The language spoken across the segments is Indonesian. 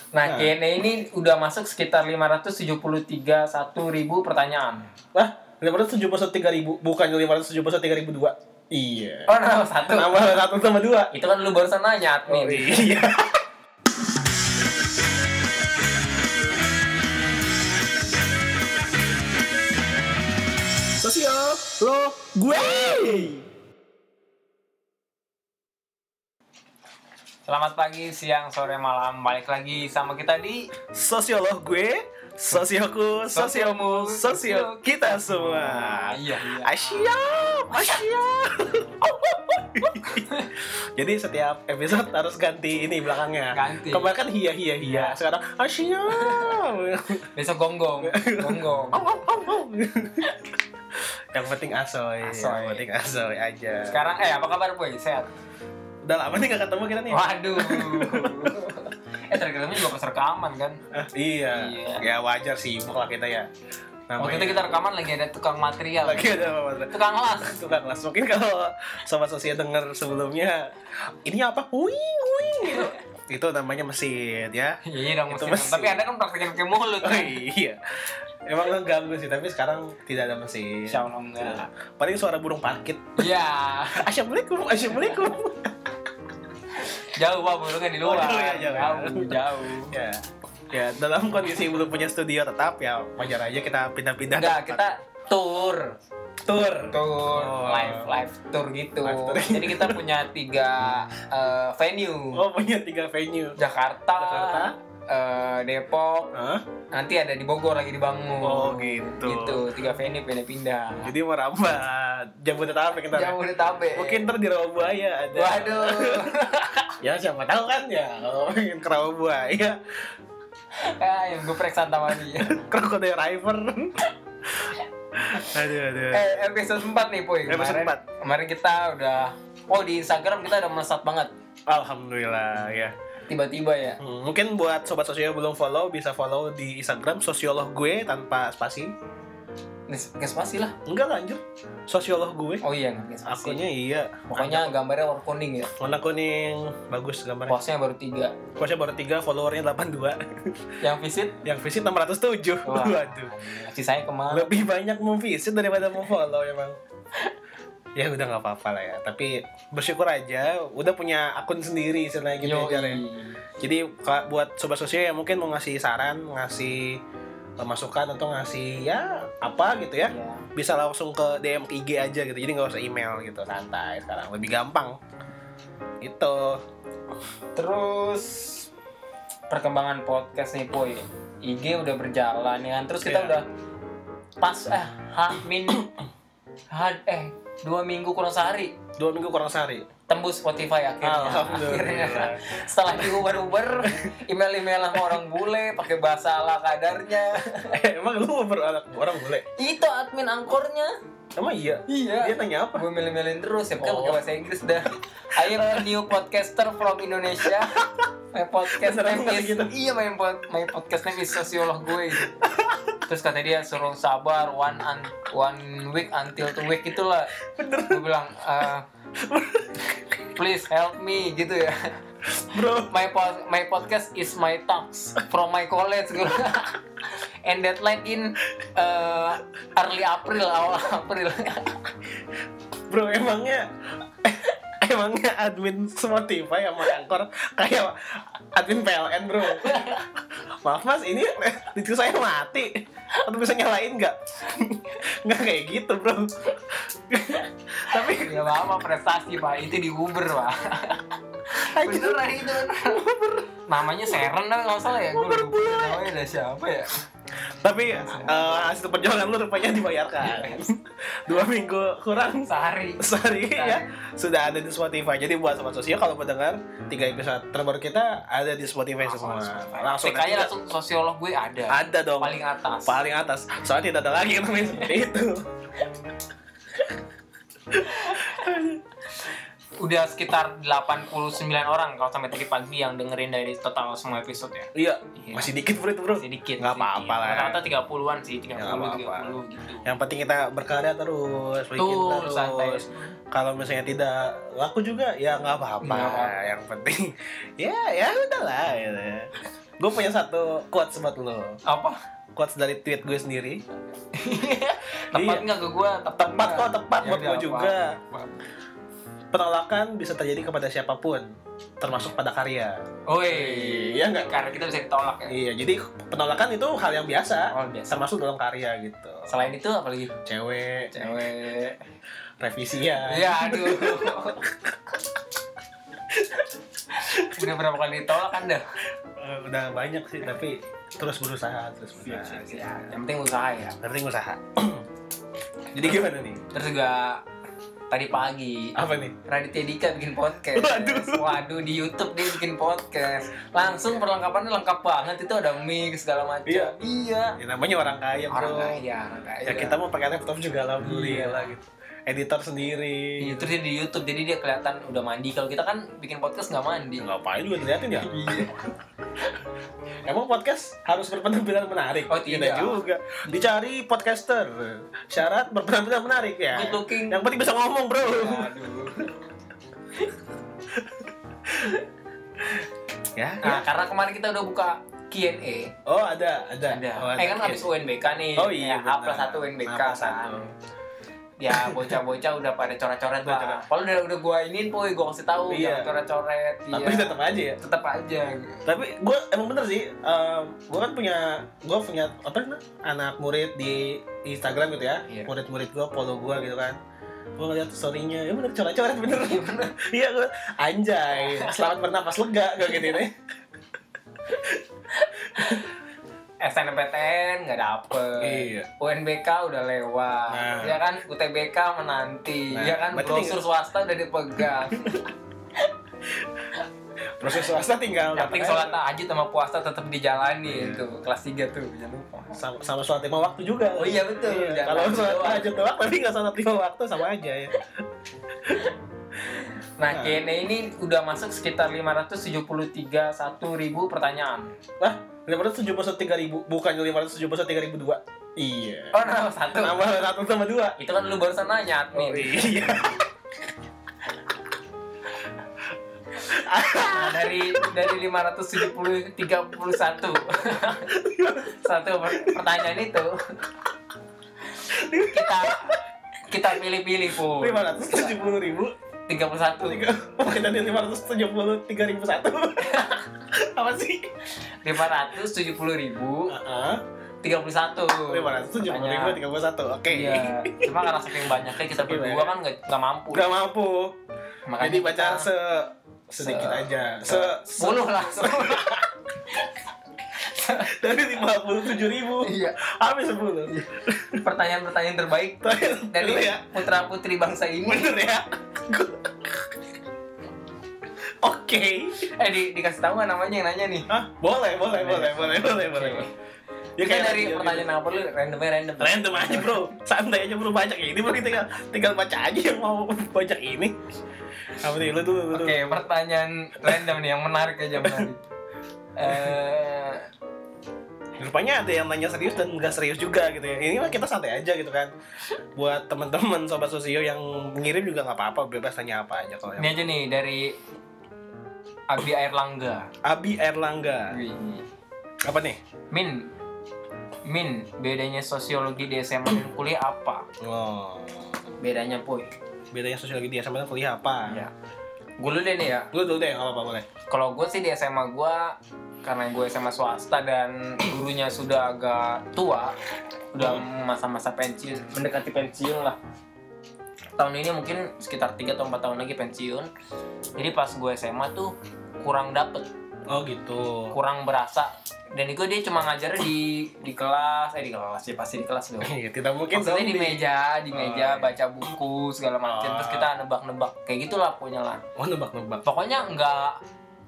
Nah, Q&A ini udah masuk sekitar 573.100.000 pertanyaan. Wah, 571.300, bukan 571.302. Iya. Oh, nambah satu. Nambah 1 sama 2. Itu kan lu barusan nanya admin. Oh, iya. Sosial lo gue. Selamat pagi, siang, sore, malam. Balik lagi sama kita di Sosiolog gue, sosioku, sosiomu, sosio kita semua. Iya. Asyap. Jadi setiap episode harus ganti ini belakangnya. Ganti. Kemarin kan hiya. Sekarang asyap. Besok gonggong. Yang penting asoy. Yang penting asoy aja. Sekarang apa kabar boy? Sehat? Udah lama nih gak ketemu kita nih. Waduh. Terakhir ketemu juga pas rekaman kan? Iya. Ya wajar sibuk lah kita ya. Waktu itu kita rekaman lagi ada tukang material. Lagi ada apa? Tukang las. Tukang las. Mungkin kalau sobat sosial denger sebelumnya, ini apa? Wing gitu. Itu namanya mesin ya. Iya dong Itu mesin. Tapi Anda kan praktekin pakai mulut Oh kan? iya. Emang ngeganggu sih, tapi sekarang tidak ada mesin. Insya Allah enggak. Paling suara burung parkit. Iya. Assalamualaikum. Jauh Pak, burungnya di luar. Oh, jauh. Jauh. Ya, dalam kondisi belum punya studio tetap ya wajar aja kita pindah-pindah. Enggak, kita tour. Oh. Live tour gitu. Live tour. Jadi kita punya 3 venue. Oh, punya 3 venue. Jakarta, Depok, Hah? nanti ada di Bogor lagi dibangun. Oh, gitu. Gitu, 3 venue pindah-pindah. Jadi merambah Jabodetabek ntar. Jabodetabek. Mungkin ntar di Rawabuaya ada. Waduh. Ya siapa tahu kan ya kalau ingin ke Rawabuaya. Yang geprek Santa Maria. Crocodile River. Aduh. Episode 4 nih, Puy. Episode 4. Kemarin kita udah di Instagram kita udah melesat banget. Alhamdulillah ya. Tiba-tiba ya. Mungkin buat sobat sosial belum follow bisa follow di Instagram sosiolog gue tanpa spasi. Nggak spasi lah. Enggak lanjut. Sosiolog gue. Oh iya, nggak spasi. Akunnya iya. Pokoknya gambarnya warna kuning ya. Warna kuning bagus gambarnya. Postnya baru 3. Postnya baru 3, followernya 82. Yang visit? Yang visit 607. Wah, Waduh. sisanya kemana? Lebih banyak mau visit daripada mau follow emang. Ya udah nggak apa-apa lah ya. Tapi bersyukur aja udah punya akun sendiri istilahnya gitu ya. Jadi buat sobat sosial yang mungkin mau ngasih saran, ngasih masukan atau ngasih ya apa gitu ya, bisa langsung ke DM IG aja gitu. Jadi nggak usah email gitu, santai sekarang lebih gampang. Itu. Terus perkembangan podcast nih Poy. IG udah berjalan ya kan. Terus kita udah pas 2 minggu kurang sehari. 2 minggu kurang sehari. Tembus Spotify akhirnya. Setelah diuber-uber, email sama orang bule pakai bahasa ala kadarnya. Emang lu mau orang bule? Itu admin angkornya. Emang iya? Iya. Dia tanya apa? Gue emailin terus ya, kan pakai bahasa Inggris dah. I am a new podcaster from Indonesia. My podcast name is gitu. my podcast name is Sosiolog gue. Terus kata dia suruh sabar one week until 2 week itulah. Gue bilang please help me gitu ya. Bro, my podcast is my talks from my college gue. And deadline in awal April. Bro, emangnya admin Spotify sama Anchor kayak admin PLN, bro. Maaf mas, ini itu saya mati. Atau bisa nyalain nggak? Nggak kayak gitu, bro. Tapi ya apa prestasi pak, itu di Uber pak. Beneran itu namanya Seren kan nggak salah ya, gue lupa namanya ada siapa ya. Tapi hasil perjuangan lu rupanya dibayarkan. 2 minggu kurang sehari ya sudah ada di Spotify. Jadi buat sobat sosial kalau mendengar 3 episode terbaru kita ada di Spotify semua. Langsung kayaknya langsung Sosiolog gue ada dong. Paling atas. Soalnya tidak ada lagi yang namanya seperti itu. Udah sekitar 89 orang kalau sampai tadi pagi yang dengerin dari total semua episode ya. Iya. Masih dikit bro itu bro. Masih dikit. Nggak apa-apa lah. Rata-rata 30-an sih, 30 gitu. Yang penting kita berkarya terus, bikin terus. Santai. Kalau misalnya tidak laku juga ya nggak apa-apa. Yang penting ya udahlah gitu. Gue punya satu quotes buat lo. Apa? Quotes dari tweet gue sendiri. Tepat nggak ke gue? Tepat kok, tepat buat Ya gue udah, juga. apa? Penolakan bisa terjadi kepada siapapun, termasuk pada karya. Woi, iya nggak? Karena kita bisa ditolak ya. Iya, jadi penolakan itu hal yang biasa, Oh, biasa. termasuk dalam karya gitu. Selain itu apa lagi? Cewek, revisian. Iya, aduh. Udah berapa kali ditolak Anda? Udah banyak sih, tapi terus berusaha. Ya, yang penting usaha ya. Penting usaha. Jadi gimana nih? Terus juga tadi pagi Apa nih? Raditya Dika bikin podcast. Waduh, di YouTube dia bikin podcast. Langsung perlengkapannya lengkap banget, itu ada mic segala macam. Iya. Ya, namanya orang kaya, bro. Orang kaya. Ya kita mau pakai laptop juga alhamdulillah Iya. gitu. Editor sendiri. Iya, terus dia di YouTube, jadi dia kelihatan udah mandi. Kalau kita kan bikin podcast nggak mandi. Ngapain juga diliatin ya? Iya. Emang podcast harus berpenampilan menarik? Oh, tidak. juga. Dicari podcaster. Syarat berpenampilan menarik ya. Good looking. Yang penting bisa ngomong, bro. Aduh. Ya. Nah, karena kemarin kita udah buka Q&A. Oh, ada. Ada. Oh, Kan habis UNBK nih. Oh iya. Ya, H+1 UNBK kan. Ya bocah-bocah udah pada coret-coret lah. Kalau udah gua iniin poy, gua kasih tahu Iya. jangan coret-coret. Tapi tetap aja ya. Tetap aja. Tapi gue emang bener sih. Gue kan punya apa namanya, anak murid di Instagram gitu ya. Iya. Murid-murid gue follow gue gitu kan. Gue ngeliat story-nya, ya bener coret-coret bener. Iya gue anjay. Selamat bernapas lega gue gitu nih. SNMPTN nggak dapet, Iya. UNBK udah lewat, Nah. ya kan UTBK menanti, Nah, ya kan berarti brosur swasta udah dipegang. Proses swasta tinggal. Yang penting sholat tahajud sama puasa tetap dijalani Iya. itu kelas 3 tuh, jangan lupa. Sama sholat 5 waktu juga. Oh iya betul. Iya. Jangan Kalau tahajud sholat doang. tahajud doang tapi nggak sholat 5 waktu sama aja ya. Nah, Q&A ini udah masuk sekitar 573.100.000 pertanyaan. Wah, 573.000 bukan 573.002. Iya. Oh, nambah satu. Nambah 1 sama 2. Itu kan lu barusan nanya admin. Oh, iya. Nah, dari 571 satu pertanyaan itu kita pilih-pilih pun 570.000 31 Bukan tadi 573.001. Apa sih? 570.000 31 570.031. Oke. Iya, cuma karena saking banyaknya kita berdua kan nggak mampu. Gak mampu. Makanya Jadi baca kita sedikit aja. 10 lah. Dari 57.000. Iya. Habis 10. Pertanyaan-pertanyaan terbaik dari Bener ya? putra-putri bangsa ini. Bener ya? Oke. Dikasih tahu nggak namanya yang nanya nih? Hah? Boleh. Ya, Kita kayak dari gitu. pertanyaan apa lu random. Random aja bro, santai aja bro, banyak ini bro, tinggal baca aja yang mau banyak ini. Apa nih, lu dulu. Oke, pertanyaan random nih yang menarik aja menarik. Rupanya ada yang nanya serius dan nggak serius juga gitu ya. Ini mah kita santai aja gitu kan. Buat teman-teman sobat sosio yang mengirim juga nggak apa-apa, bebas tanya apa aja kalau Ini aja nih dari Abi Airlangga. Abi Airlangga. Wih. Apa nih? Min, bedanya sosiologi di SMA dan kuliah apa? Oh. Bedanya puy. Bedanya sosiologi di SMA dan kuliah apa? Ya. Gue dulu deh nih ya. Lu dulu deh, kalau apa boleh. Kalau gue sih di SMA gue, karena gue SMA swasta dan gurunya sudah agak tua, udah masa-masa pensiun, mendekati pensiun lah. Tahun ini mungkin sekitar 3 atau 4 tahun lagi pensiun. Jadi pas gue SMA tuh kurang dapet, Oh gitu. kurang berasa. Dan itu dia cuma ngajarnya di kelas, di kelas ya pasti di kelas dong. Iya, tidak mungkin Maksudnya dong di meja, iya. baca buku segala macam. Terus kita nebak-nebak kayak gitulah pokoknya lah. Oh, nebak-nebak. Pokoknya nggak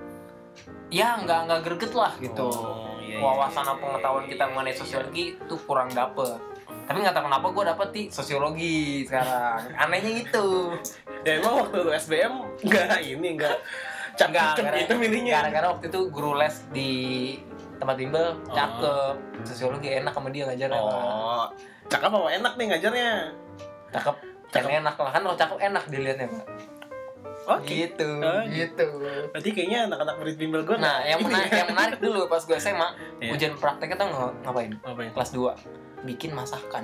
greget lah gitu. Oh, iya, Wawasan iya, atau pengetahuan kita mengenai sosiologi itu kurang dapet. Tapi nggak tahu kenapa gue dapet di sosiologi sekarang. Anehnya gitu. Ya emang waktu lu SBM nggak cakep itu milihnya. Gara-gara waktu itu guru les di tempat bimbel cakep, sosiologi enak sama dia ngajarnya. Oh, cakep apa enak nih ngajarnya? Cakep enak lah kan, kalau cakep enak dilihatnya Pak. Oke. Gitu. Oh, Gitu. Berarti kayaknya anak-anak murid bimbel gue. Nah, yang menarik dulu pas gue SMA, Iya. ujian prakteknya tuh ngapain? Apa ya? Kelas 2 bikin masakan.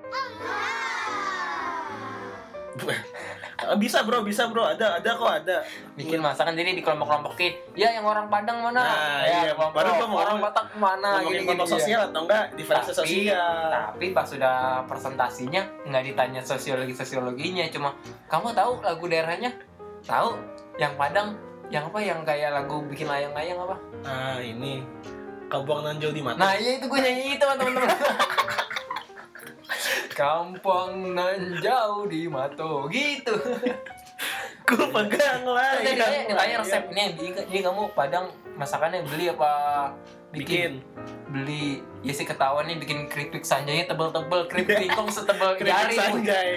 Bisa bro, ada kok ada. Bikin masakan jadi dikelompok-kelompokin. Ya yang orang Padang mana? Nah, ya, iya. kelompok Baru gua mau orang ngomong- Batak mana? Ngomongin Gini-gini kelompok ya. sosial atau enggak diferensiasi sosial. Tapi pas sudah presentasinya nggak ditanya sosiologinya, cuma kamu tahu lagu daerahnya? Tahu? Yang Padang, yang apa? Yang kayak lagu bikin layang-layang apa? Nah ini Kampung nan jauh di mata. Nah iya itu gue nyanyi itu sama temen-temen. Kampung nan jauh di Mato gitu. Ku pegang lah. Tadi nilainya resep ini kamu Padang masakannya beli apa bikin? Beli. Ya sih ketahuan nih bikin keripik sanjaynya tebel-tebel, keripik singkong setebel jari. Sanjay.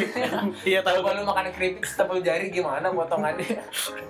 Iya tahu. Kalau lu makan keripik setebel jari gimana potongannya?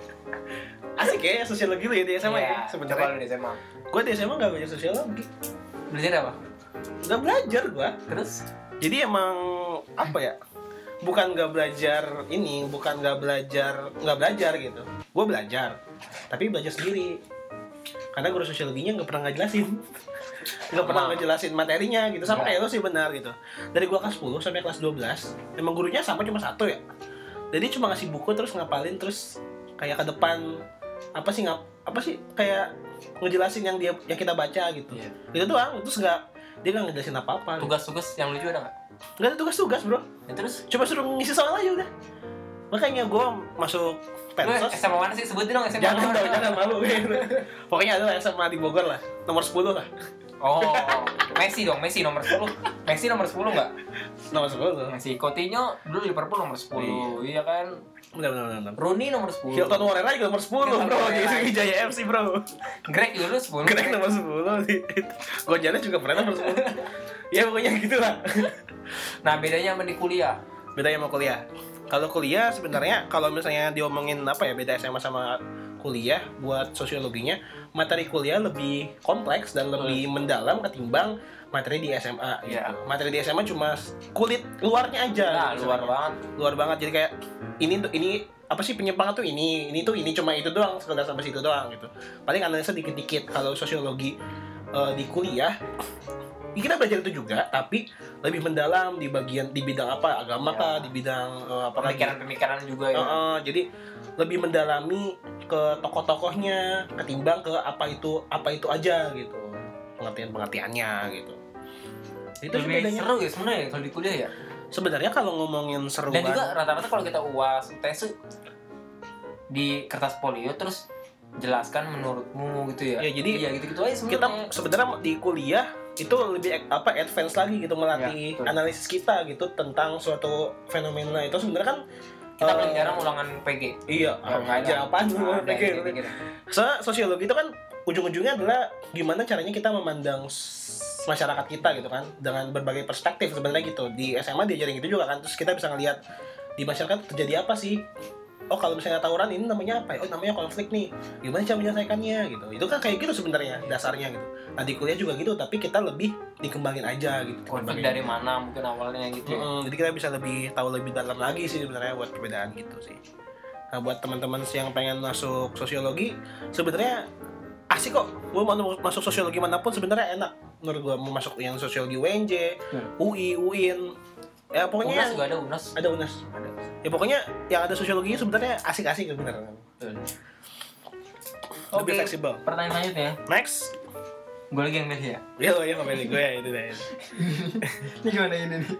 Asik ya sosiologi lu ya di SMA ya Coba sebenarnya. lu di SMA. Gue di SMA nggak belajar sosiologi. Belajar apa? Nggak belajar gue. Terus? Jadi emang apa ya? Bukan nggak belajar ini, bukan nggak belajar gitu. Gue belajar, tapi belajar sendiri. Karena guru sosiologinya nggak pernah ngejelasin, nggak pernah ngejelasin materinya gitu. Sama kayak lo sih benar gitu. Dari gua kelas 10 sampai kelas 12, emang gurunya sama cuma satu ya. Jadi cuma ngasih buku terus ngapalin terus kayak ke depan apa sih kayak ngejelasin yang kita baca gitu. Iya. Gitu doang. Terus dia nggak ngejelasin apa-apa. Tugas-tugas yang lucu ada nggak? Nggak ada tugas bro. Ya, terus? Cuma suruh ngisi soal aja udah. Makanya gue masuk Lu Pensos. SMA mana sih? Sebutin dong SMA Jangan mana? dong, jangan malu. Pokoknya adalah SMA di Bogor lah, nomor 10 lah. Oh, Messi dong, Messi nomor 10. Messi nomor 10 nggak? Nomor 10 tuh. Messi, Coutinho dulu Liverpool nomor 10. Iya kan? Benar. Rooney nomor 10. Hilton Warela juga nomor 10 Hilton bro, di Warela. Sriwijaya FC bro. Greg dulu 10. Greg nomor 10 sih. Gonzales juga pernah nomor 10. Ya pokoknya gitu lah. Nah, bedanya sama di kuliah. Bedanya sama kuliah. Kalau kuliah sebenarnya kalau misalnya diomongin apa ya beda SMA sama kuliah buat sosiologinya, materi kuliah lebih kompleks dan lebih mendalam ketimbang materi di SMA gitu. Iya. Materi di SMA cuma kulit luarnya aja. Nah, gitu, luar sebenarnya. banget. Luar banget. Jadi kayak ini apa sih penyimpangan tuh ini cuma itu doang, sekedar sampai situ doang gitu. Paling analisa dikit-dikit. Kalau sosiologi di kuliah kita belajar itu juga, tapi lebih mendalam di bidang apa agama kah, di bidang apa lagi? Pemikiran-pemikiran juga ya. Jadi lebih mendalami ke tokoh-tokohnya ketimbang ke apa itu aja gitu, pengertiannya gitu. Itu sih Lebih bedanya. seru ya sebenarnya kalau di kuliah ya. Sebenarnya kalau ngomongin seruan, Dan juga rata-rata kalau kita UAS UTS di kertas folio terus jelaskan menurutmu gitu ya. Ya, jadi iya gitu-gitu aja kita sebenarnya. sebenarnya di kuliah itu lebih advance lagi gitu, melatih Ya, betul. analisis kita gitu tentang suatu fenomena itu sebenarnya kan Kita paling jarang ulangan PG. iya ngajar apaan lu pikir. Soalnya sosiologi itu kan ujung-ujungnya adalah gimana caranya kita memandang masyarakat kita gitu kan dengan berbagai perspektif sebenarnya gitu. Di SMA diajarin gitu juga kan, terus kita bisa ngelihat di masyarakat terjadi apa sih. Oh kalau misalnya tawuran ini namanya apa ya? Oh namanya konflik nih. Gimana cara menyelesaikannya gitu. Itu kan kayak gitu sebenarnya dasarnya gitu. Nah di kuliah juga gitu, tapi kita lebih dikembangin aja gitu. Konflik dari mana mungkin awalnya gitu ya. Jadi kita bisa lebih tahu lebih dalam lagi sih sebenarnya buat perbedaan gitu sih. Nah buat teman-teman yang pengen masuk sosiologi sebenarnya asik kok. Mau masuk sosiologi manapun sebenarnya enak. Menurut gua mau masuk yang sosiologi UNJ, UI, UIN. Ya pokoknya UNAS juga ada UNAS. ada UNAS. Ya pokoknya yang ada sosiologinya sebenarnya asik-asik sebenarnya. Lebih fleksibel. Pertanyaan selanjutnya. Next. Gue lagi yang milih ya. Ya lo ya pilih gue itu deh. Ini gimana ini nih?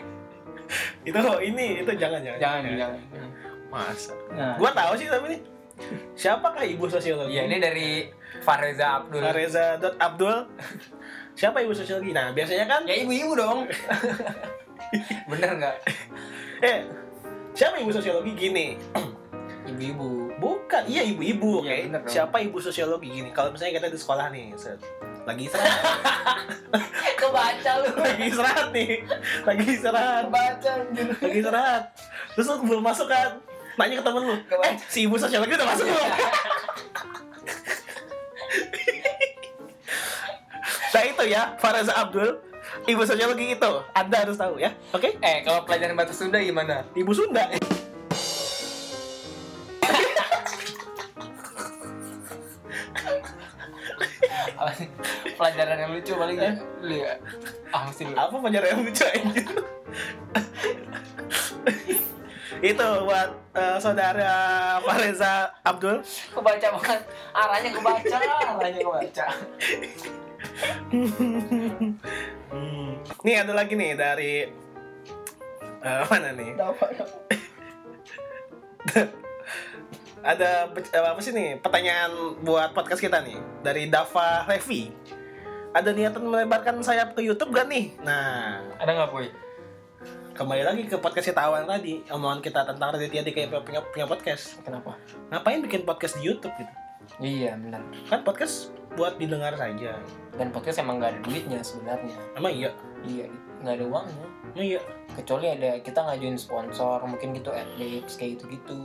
itu jangan. Jangan. Masa. Nah, Gua tahu sih tapi nih. Siapakah ibu sosiologi? ya ini dari Fareza Abdul. Fareza.Abdul. Siapa ibu sosiologi? Nah, biasanya kan Ya ibu-ibu dong. Bener nggak? Siapa ibu sosiologi gini? Ibu-ibu. Bukan, iya ibu-ibu. Iya, Oke. bener dong. Siapa ibu sosiologi gini? Kalau misalnya kita di sekolah nih, lagi istirahat, Kebaca lu. lagi istirahat nih. Lagi istirahat. Kebaca anjir. Lagi istirahat. Terus lu belum masuk kan? Nanya ke temen lu, si ibu sosiologi udah masuk belum? Nah itu ya, Fareza Abdul, ibu sosiologi itu. Anda harus tahu ya, oke? Kalau pelajaran bahasa Sunda gimana? Ibu Sunda. Pelajaran yang lucu paling ya. Lu ya. Mesti lu. Apa pelajaran yang lucu anjir? Itu buat saudara Fareza Abdul. Kebaca banget. Arahnya kebaca. Nih ada lagi nih dari mana nih? Ada apa sih nih pertanyaan buat podcast kita nih dari Dava Revi. Ada niatan melebarkan sayap ke YouTube gak nih? Nah, Ada nggak Boy? kembali lagi ke podcast kita awal tadi, omongan kita tentang Raditya Dika kayak punya podcast. Kenapa? Ngapain bikin podcast di YouTube gitu? Iya benar. Kan podcast buat didengar saja. Dan podcast emang nggak ada duitnya sebenarnya. Emang iya? Iya, nggak ada uangnya. Emang iya? Kecuali ada kita ngajuin sponsor, mungkin gitu adlibs kayak gitu.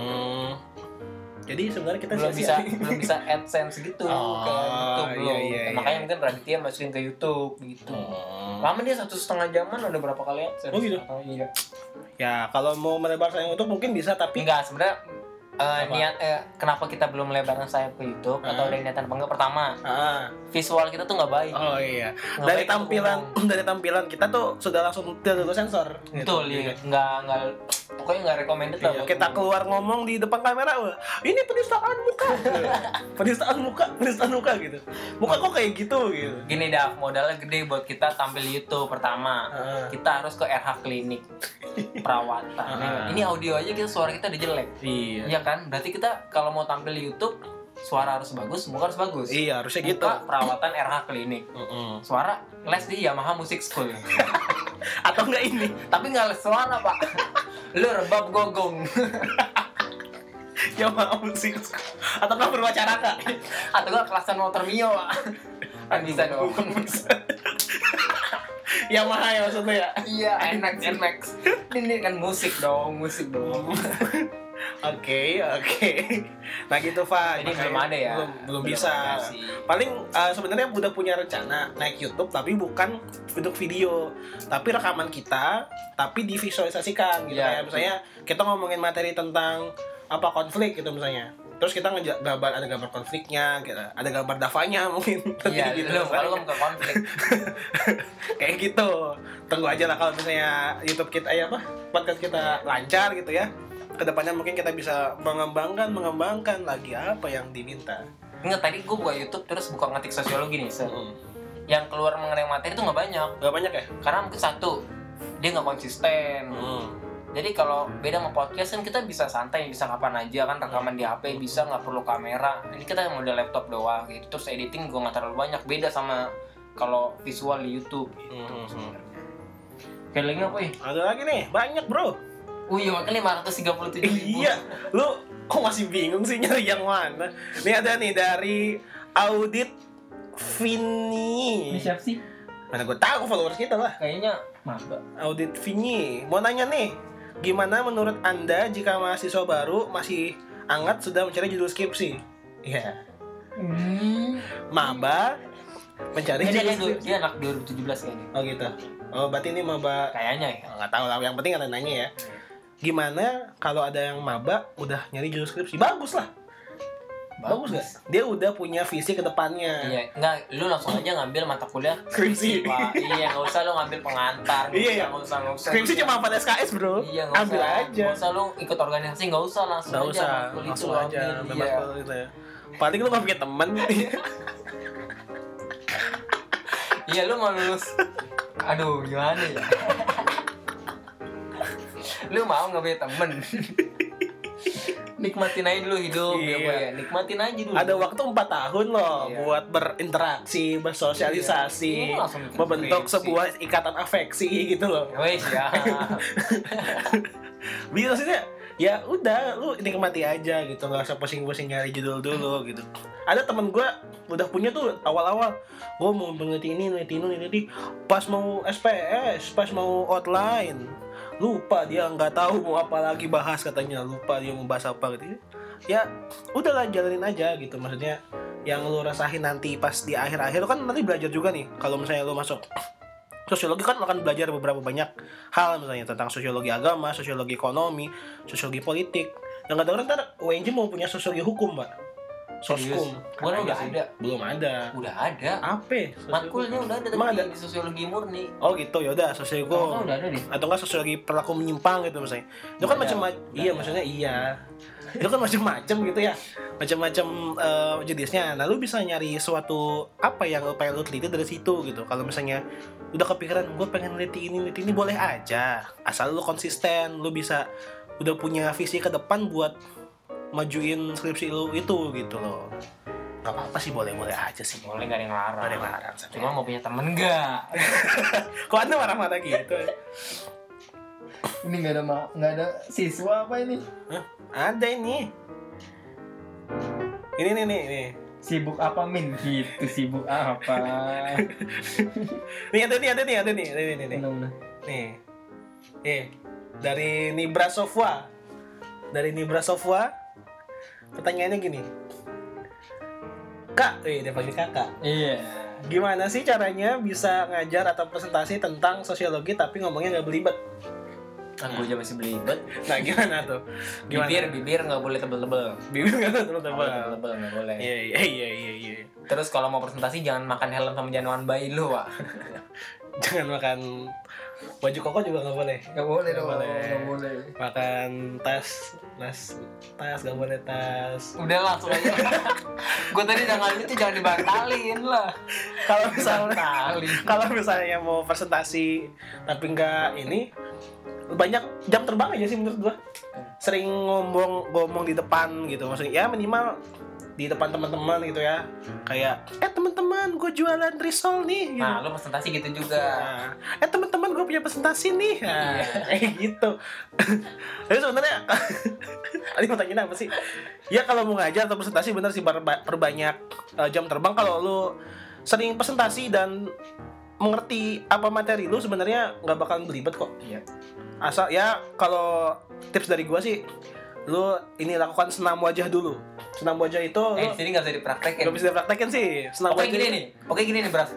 Jadi sebenarnya kita belum bisa AdSense gitu kan YouTube belum. Iya. Makanya mungkin Raditya masukin ke YouTube gitu. Lama dia 1,5 jaman udah berapa kali AdSense. Oh gitu? Iya. Ya kalau mau melebar sayap untuk mungkin bisa, tapi Enggak, sebenarnya niat kenapa kita belum melebarkan sayap ke YouTube atau ada niatan apa enggak? Pertama, visual kita tuh nggak baik. Oh iya. Nggak baik Dari tampilan kita tuh sudah langsung tidak sensor. Betul, iya. Nggak pokoknya nggak recommended lah. Iya, kita keluar ngomong di depan kamera, wah, ini penistaan muka. penistaan muka gitu. Muka kok kayak gitu gitu. Gini dah, modalnya gede buat kita tampil di YouTube. Pertama, kita harus ke RH Klinik perawatan. Ini audio aja kita suara kita udah jelek. Iya kan? Berarti kita kalau mau tampil di YouTube, suara harus bagus, muka harus bagus. Iya, harusnya muka, gitu. Perawatan RH Klinik. Suara les di Yamaha Music School. Atau enggak ini? Tapi nggak les suara, Pak. Lu rebab gogong. Yamaha Music School. Atau enggak berwacaraka? Atau enggak kelasan motor Mio, Pak. Kan bisa dong. Yamaha ya maksudnya ya? Iya, NMAX. Ini kan musik dong. Oke. Nah gitu, Pak. Ini belum ada ya? Belum bisa. Paling sebenarnya udah punya rencana naik YouTube, tapi bukan bentuk video, tapi rekaman kita, tapi divisualisasikan gitu. Ya, Kayak misalnya kita ngomongin materi tentang apa konflik gitu misalnya. Terus kita ada gambar konfliknya, ada gambar Davanya mungkin. Iya, gitu. kalau ke konflik. Kayak gitu. Tunggu aja lah kalau misalnya YouTube kita podcast kita lancar gitu ya. Kedepannya mungkin kita bisa mengembangkan lagi apa yang diminta. Enggak, tadi gue buka YouTube terus buka ngetik sosiologi nih, yang keluar mengenai materi itu nggak banyak. Nggak banyak ya? Karena mungkin satu, dia nggak konsisten. Jadi kalau beda sama podcast kan kita bisa santai, bisa kapan aja kan, rekaman di HP bisa, nggak perlu kamera. Ini kita model laptop doang gitu. Terus editing gue nggak terlalu banyak, beda sama kalau visual di YouTube gitu. Kayak lagi apa ya? Ada lagi nih, banyak bro. Iya, makanya 537.000. Iya, lu kok masih bingung sih nyari yang mana? Nih ada nih dari Audit Vini. Ini siapa sih? Mana gue tahu followers kita lah. Kayaknya maba. Audit Vini, mau nanya nih, gimana menurut Anda jika mahasiswa baru masih hangat sudah mencari judul skripsi? Iya. Maba mencari judul skripsi. Dia anak 2017 kayaknya. Oh gitu. Oh berarti ini maba. Kayaknya ya. Nggak tahu lah. Yang penting ada nanya ya. Gimana kalau ada yang maba udah nyari judul skripsi? Bagus lah. Bagus gak? Dia udah punya visi ke depannya. Iya, enggak, lu langsung aja ngambil mata kuliah skripsi, Pak. Iya, enggak usah lu ngambil pengantar. Iya, enggak usah. Skripsi cuma 4 SKS, Bro. Iya, enggak ambil usah. aja. Enggak usah lu ikut organisasi, enggak usah, langsung nggak aja. Usah, langsung aja. Iya. Gitu ya. Paling lu gak punya teman. Iya, lu mau lulus. Aduh, gimana ya? Lu mau enggak punya temen? Nikmatin aja dulu hidup. Iya. Ya. Nikmatin aja dulu. Ada waktu 4 tahun loh iya. buat berinteraksi, bersosialisasi, iya. membentuk sebuah ikatan afeksi gitu loh. Wes ya. Maksudnya ya udah lu nikmati aja gitu, nggak usah pusing-pusing nyari judul dulu gitu. Ada temen gue udah punya tuh awal-awal, gue mau meneliti ini, pas mau SPS, pas mau outline, lupa dia nggak tahu mau apa lagi bahas, katanya lupa dia mau bahas apa gitu. Ya udahlah jalanin aja gitu, maksudnya yang lu rasain nanti pas di akhir-akhir lu kan nanti belajar juga nih. Kalau misalnya lu masuk sosiologi kan akan belajar beberapa banyak hal, misalnya tentang sosiologi agama, sosiologi ekonomi, sosiologi politik. Yang kadang-kadang ntar UNJ mau punya sosiologi hukum, Pak. Soskum. Gua kan udah ada. Belum ada. Udah ada. Apa? Matkulnya udah ada Emang tapi ada? di sosiologi murni. Oh gitu, ya udah sosiologi. Kalau udah ada deh. Atau enggak sosiologi perilaku menyimpang gitu misalnya. Itu kan Ada, macam-macam. udah Iya, ada. maksudnya iya. Itu kan macam-macam gitu ya. Macam-macam jenisnya. Nah, lu bisa nyari suatu apa yang lu pengen lu teliti dari situ gitu. Kalau misalnya udah kepikiran gue pengen neliti ini boleh aja. Asal lu konsisten, lu bisa udah punya visi ke depan buat majuin skripsi lu itu gitu loh. Gak apa-apa sih, boleh-boleh aja sih. Boleh nggak ada yang larang. Gak ada yang larang. Cuma mau punya temen nggak? Kok anda marah-marah gitu? Ini nggak ada siswa apa ini? Hah? Ada ini. Ini nih. Sibuk apa Min? Gitu sibuk apa? Nih ada nih. Bener-bener. Nih. Dari Nibra Sofwa. Pertanyaannya gini. Kak, dia panggil kakak. Iya. Gimana sih caranya bisa ngajar atau presentasi tentang sosiologi tapi ngomongnya nggak belibet? Kan gue aja masih belibet. Nah, gimana tuh? Bibir nggak boleh tebel-tebel. Bibir nggak tuh Nggak tebal. boleh tebel-tebel, nggak boleh. Iya. Terus kalau mau presentasi jangan makan helm sama jangan bayi lu, Wak. Jangan makan baju koko juga nggak boleh. Nggak boleh Nggak dong. boleh. Nggak boleh. Makan tas nggak boleh tas. Udah langsung aja. Gue tadi udah ngalih itu jangan dibatalin lah. Kalau misalnya mau presentasi tapi nggak ini, banyak jam terbang aja sih menurut gua. Sering ngomong di depan gitu, maksudnya ya minimal di depan teman-teman gitu ya, kayak teman-teman gue jualan risol nih gitu. Nah, lu presentasi gitu juga. Nah, teman-teman gue punya presentasi nih. Nah, kayak gitu. Tapi sebenarnya tadi mau tanya apa sih? Ya kalau mau ngajar atau presentasi bener sih perbanyak jam terbang. Kalau lu sering presentasi dan mengerti apa materi lu, sebenarnya nggak bakalan belibet kok. Iya. Asal ya, kalau tips dari gua sih, lu ini lakukan senam wajah dulu. Senam wajah itu Di sini nggak bisa dipraktekin. gak bisa dipraktekin sih. Senam Oke wajah gini nih, Bras.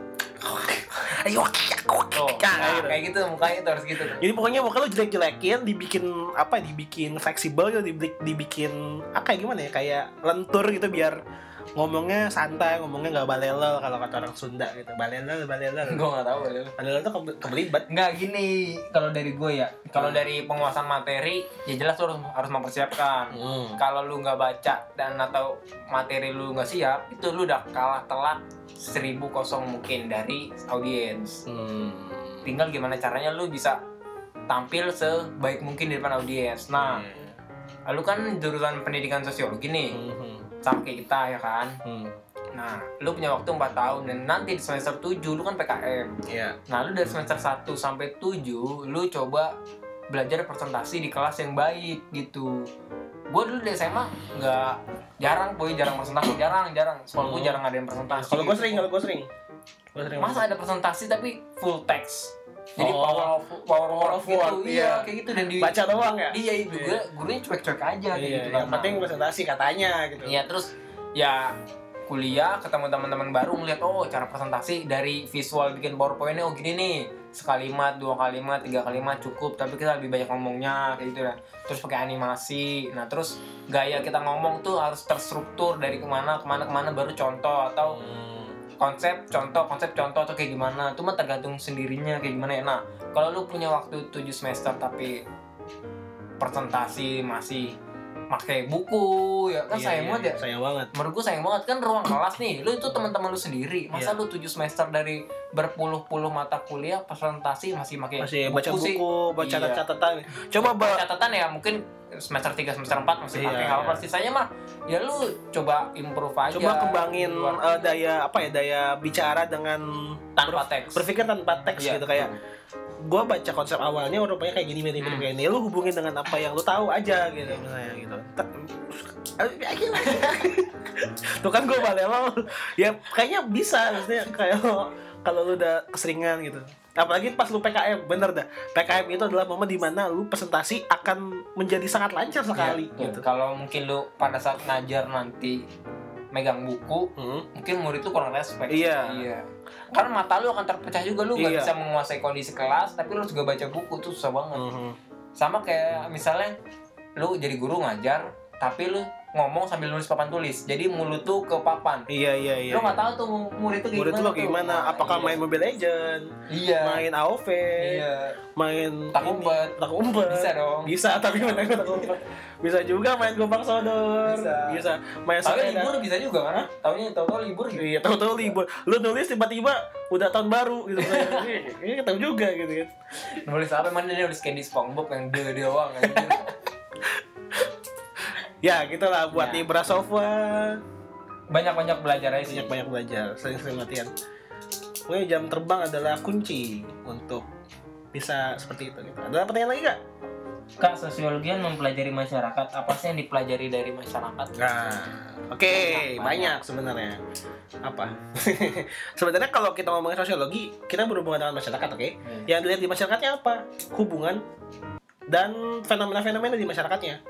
Ayo, Oh, kayak gitu mukanya itu harus gitu. Jadi pokoknya muka lu jelek-jelekin, dibikin fleksibel gitu, dibikin kayak gimana ya, kayak lentur gitu biar ngomongnya santai, ngomongnya nggak balelel kalau kata orang Sunda gitu. Balelel. Gue nggak tahu. Balelel tuh kebelibet. Nggak gini, kalau dari gue ya, kalau dari penguasaan materi, ya jelas lu harus mempersiapkan. Kalau lu nggak baca dan atau materi lu nggak siap, itu lu udah kalah telak 1000 mungkin dari audiens. Tinggal gimana caranya lu bisa tampil sebaik mungkin di depan audiens. Nah, lu kan jurusan pendidikan sosiologi nih, sama kayak kita ya kan. Nah, lu punya waktu 4 tahun dan nanti di semester 7 lu kan PKM. Iya. Nah, lu dari semester 1 sampai 7 lu coba belajar presentasi di kelas yang baik gitu. Gue dulu di SMA jarang presentasi, jarang. Sekolah gue jarang ada yang presentasi. Kalau gue sering. Masa ada presentasi tapi full text. Jadi Oh. power of Word, gitu, iya kayak gitu dan Baca doang ya? Iya itu gurunya cuek-cuek aja kayak gitu Yang penting presentasi katanya gitu. Iya, terus ya kuliah ketemu teman-teman baru ngeliat cara presentasi dari visual bikin PowerPoint-nya gini nih, sekalimat, 2 kalimat, 3 kalimat cukup, tapi kita lebih banyak ngomongnya kayak gitu ya. Terus pakai animasi. Nah, terus gaya kita ngomong tuh harus terstruktur dari kemana baru contoh atau konsep contoh atau kayak gimana. Itu mah tergantung sendirinya kayak gimana ya. Nah, kalau lu punya waktu 7 semester tapi presentasi masih pakai buku ya kan, sayang banget ya. Sayang banget. Menurut gue sayang banget kan, ruang kelas nih, lu itu teman-teman lu sendiri. Masa lu 7 semester dari berpuluh-puluh mata kuliah presentasi masih pakai baca sih? buku, baca Iya. catatan. Coba catatan ya mungkin semester 3 semester 4 masih pakai hal sisanya mah ya lu coba improve aja. Coba kembangin daya bicara dengan tanpa teks. Berpikir tanpa teks gitu, kayak gue baca konsep awalnya rupanya kayak gini mirip kayak ini, lu hubungin dengan apa yang lu tahu aja gitu misalnya gitu. Tuh kan gue balelo ya, kayaknya bisa maksudnya kayak kalau lu udah keseringan gitu. Apalagi pas lu PKM, bener dah. PKM itu adalah momen dimana lu presentasi akan menjadi sangat lancar sekali gitu. Kalau mungkin lu pada saat ngajar nanti megang buku, mungkin murid tuh kurang respect. Iya. Karena mata lu akan terpecah juga, lu nggak Iya. bisa menguasai kondisi kelas, tapi lu juga baca buku tuh susah banget. Sama kayak misalnya lu jadi guru ngajar, tapi lu ngomong sambil nulis papan tulis. Jadi mulut tuh ke papan. Iya. Lu nggak tahu tuh murid tuh Murid tuh gimana? Apakah iya. main Mobile Legend? Iya. Main AoV? Iya. Main Tak umpet. Tak umpet. Bisa dong. Bisa, tapi mana tak umpet. Bisa juga main gobang sodor. Bisa. Main Tapi sepeda. libur bisa juga kan? Tahu libur gitu. Iya, tahu-tahu libur. Lu nulis tiba-tiba udah tahun baru gitu kan. Ini tahu juga gitu kan. Nulis apa? Mana dia nulis Candy SpongeBob yang dia doang anjir. Ya, gitulah buat Ya. Ibra Sofa. Banyak-banyak belajar aja sih. Banyak belajar, sering-sering latihan. Pokoknya jam terbang adalah kunci untuk bisa seperti itu gitu. Ada pertanyaan lagi gak? Kak, sosiologi kan mempelajari masyarakat. Apa sih yang dipelajari dari masyarakat? Nah, oke, banyak sebenarnya. Apa? Sebenarnya kalau kita ngomongin sosiologi, kita berhubungan dengan masyarakat, oke? Yang dilihat di masyarakatnya apa? Hubungan dan fenomena-fenomena di masyarakatnya.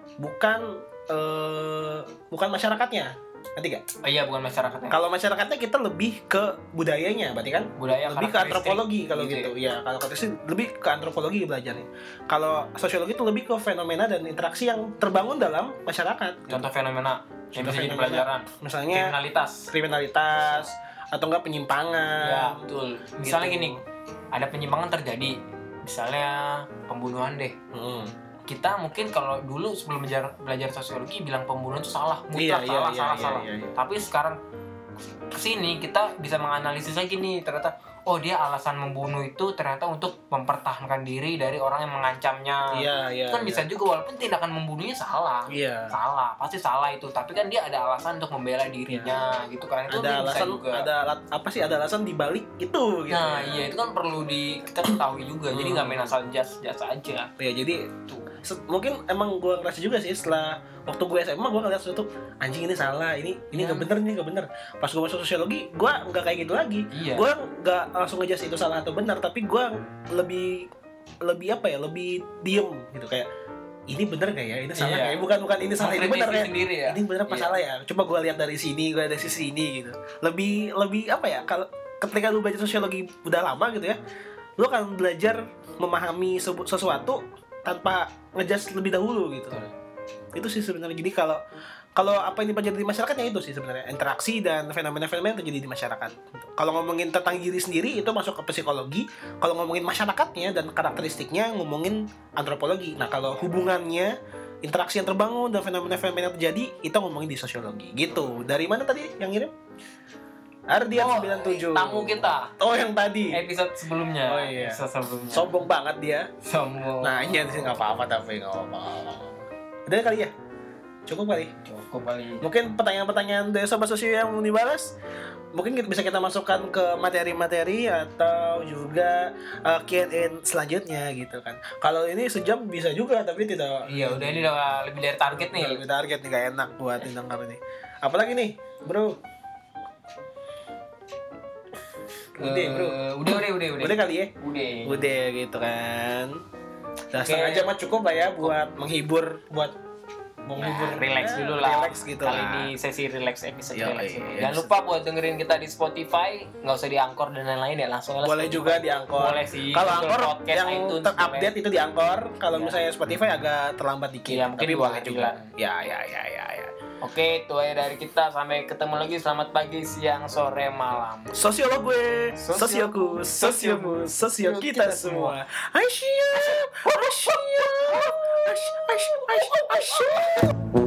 Bukan masyarakatnya. Ngerti gak? Oh iya, bukan masyarakatnya. Kalau masyarakatnya kita lebih ke budayanya, berarti kan? Budaya, Lebih ke karakteristik antropologi kalau gitu gitu. Ya, kalau karakteristik lebih ke antropologi belajarnya. Kalau sosiologi itu lebih ke fenomena dan interaksi yang terbangun dalam masyarakat. Contoh fenomena yang Contoh bisa jadi fenomena. pelajaran. Misalnya Kriminalitas. atau enggak penyimpangan. Ya, betul. Misalnya Gitu. gini, ada penyimpangan terjadi. Misalnya pembunuhan deh. Kita mungkin kalau dulu sebelum belajar sosiologi bilang pembunuhan itu salah, mutlak salah. Iya. Tapi sekarang kesini kita bisa menganalisis lagi nih, ternyata oh dia alasan membunuh itu ternyata untuk mempertahankan diri dari orang yang mengancamnya. Iya. Kan bisa juga walaupun tindakan membunuhnya salah. Iya. Salah, pasti salah itu. Tapi kan dia ada alasan untuk membela dirinya gitu kan. Itu Ada bisa alasan juga. ada alasan di balik itu gitu. Nah, iya itu kan perlu kita ketahui juga. Jadi nggak main asal jas aja. Ya, jadi mungkin emang gue ngerasa juga sih setelah waktu gue SMA gue ngeliat sesuatu anjing ini salah, ini nggak bener. Pas gue masuk sosiologi gue nggak kayak gitu lagi. Iya. Gue nggak langsung ngejudge itu salah atau benar, tapi gue lebih apa ya, lebih diem gitu, kayak ini bener gak ya, ini salah Iya. kayak bukan ini salah, ini bener ya, sendiri ya. ini bener apa Iya. salah ya, coba gue lihat dari sini, gue dari sisi ini gitu. Lebih apa ya, kalau ketika lu belajar sosiologi udah lama gitu ya, lu akan belajar memahami sesuatu tanpa ngejudge lebih dahulu gitu. Betul. Itu sih sebenarnya. Jadi kalau apa yang dipelajari di masyarakatnya itu sih sebenarnya, interaksi dan fenomena-fenomena yang terjadi di masyarakat. Kalau ngomongin tentang diri sendiri itu masuk ke psikologi. Kalau ngomongin masyarakatnya dan karakteristiknya ngomongin antropologi. Nah, kalau hubungannya, interaksi yang terbangun dan fenomena-fenomena yang terjadi itu ngomongin di sosiologi. Gitu. Dari mana tadi yang ngirim? Ardian 97. Tamu kita. Oh, yang tadi. Episode sebelumnya. Oh, iya. Episode sebelumnya. Sombong banget dia. Sombong. Nah, iya sih nggak apa-apa, tapi nggak apa-apa. Udah kali ya? Cukup kali. Cukup kali. Mungkin pertanyaan-pertanyaan dari sobat sosio yang mau dibalas, mungkin bisa kita masukkan ke materi-materi atau juga Q&A selanjutnya gitu kan. Kalau ini sejam bisa juga, tapi tidak. Iya, udah ini udah lebih dari target nih. Lebih target nih, gak enak buat tentang kami nih. Apalagi nih, bro? Udah. Udah kali ya? Udah gitu kan. Udah setengah jam mah cukup lah ya buat menghibur, Relax dulu lah. Relax gitu Kali lah. ini sesi relax episode Yo, relax. iya. Jangan lupa buat dengerin kita di Spotify, nggak usah di Anchor dan lain-lain ya, langsung aja Boleh Spotify. juga di Anchor. Boleh sih. Kalau Google Anchor Podcast, yang iTunes, terupdate itu di Anchor. Kalau Iya. misalnya Spotify agak terlambat dikit. Iya, mungkin tapi 2 boleh juga. harian. Ya. Oke, itu aja dari kita. Sampai ketemu lagi. Selamat pagi, siang, sore, malam. Sosiolog gue, sosioku, sosiomu, sosio kita semua. Asyik.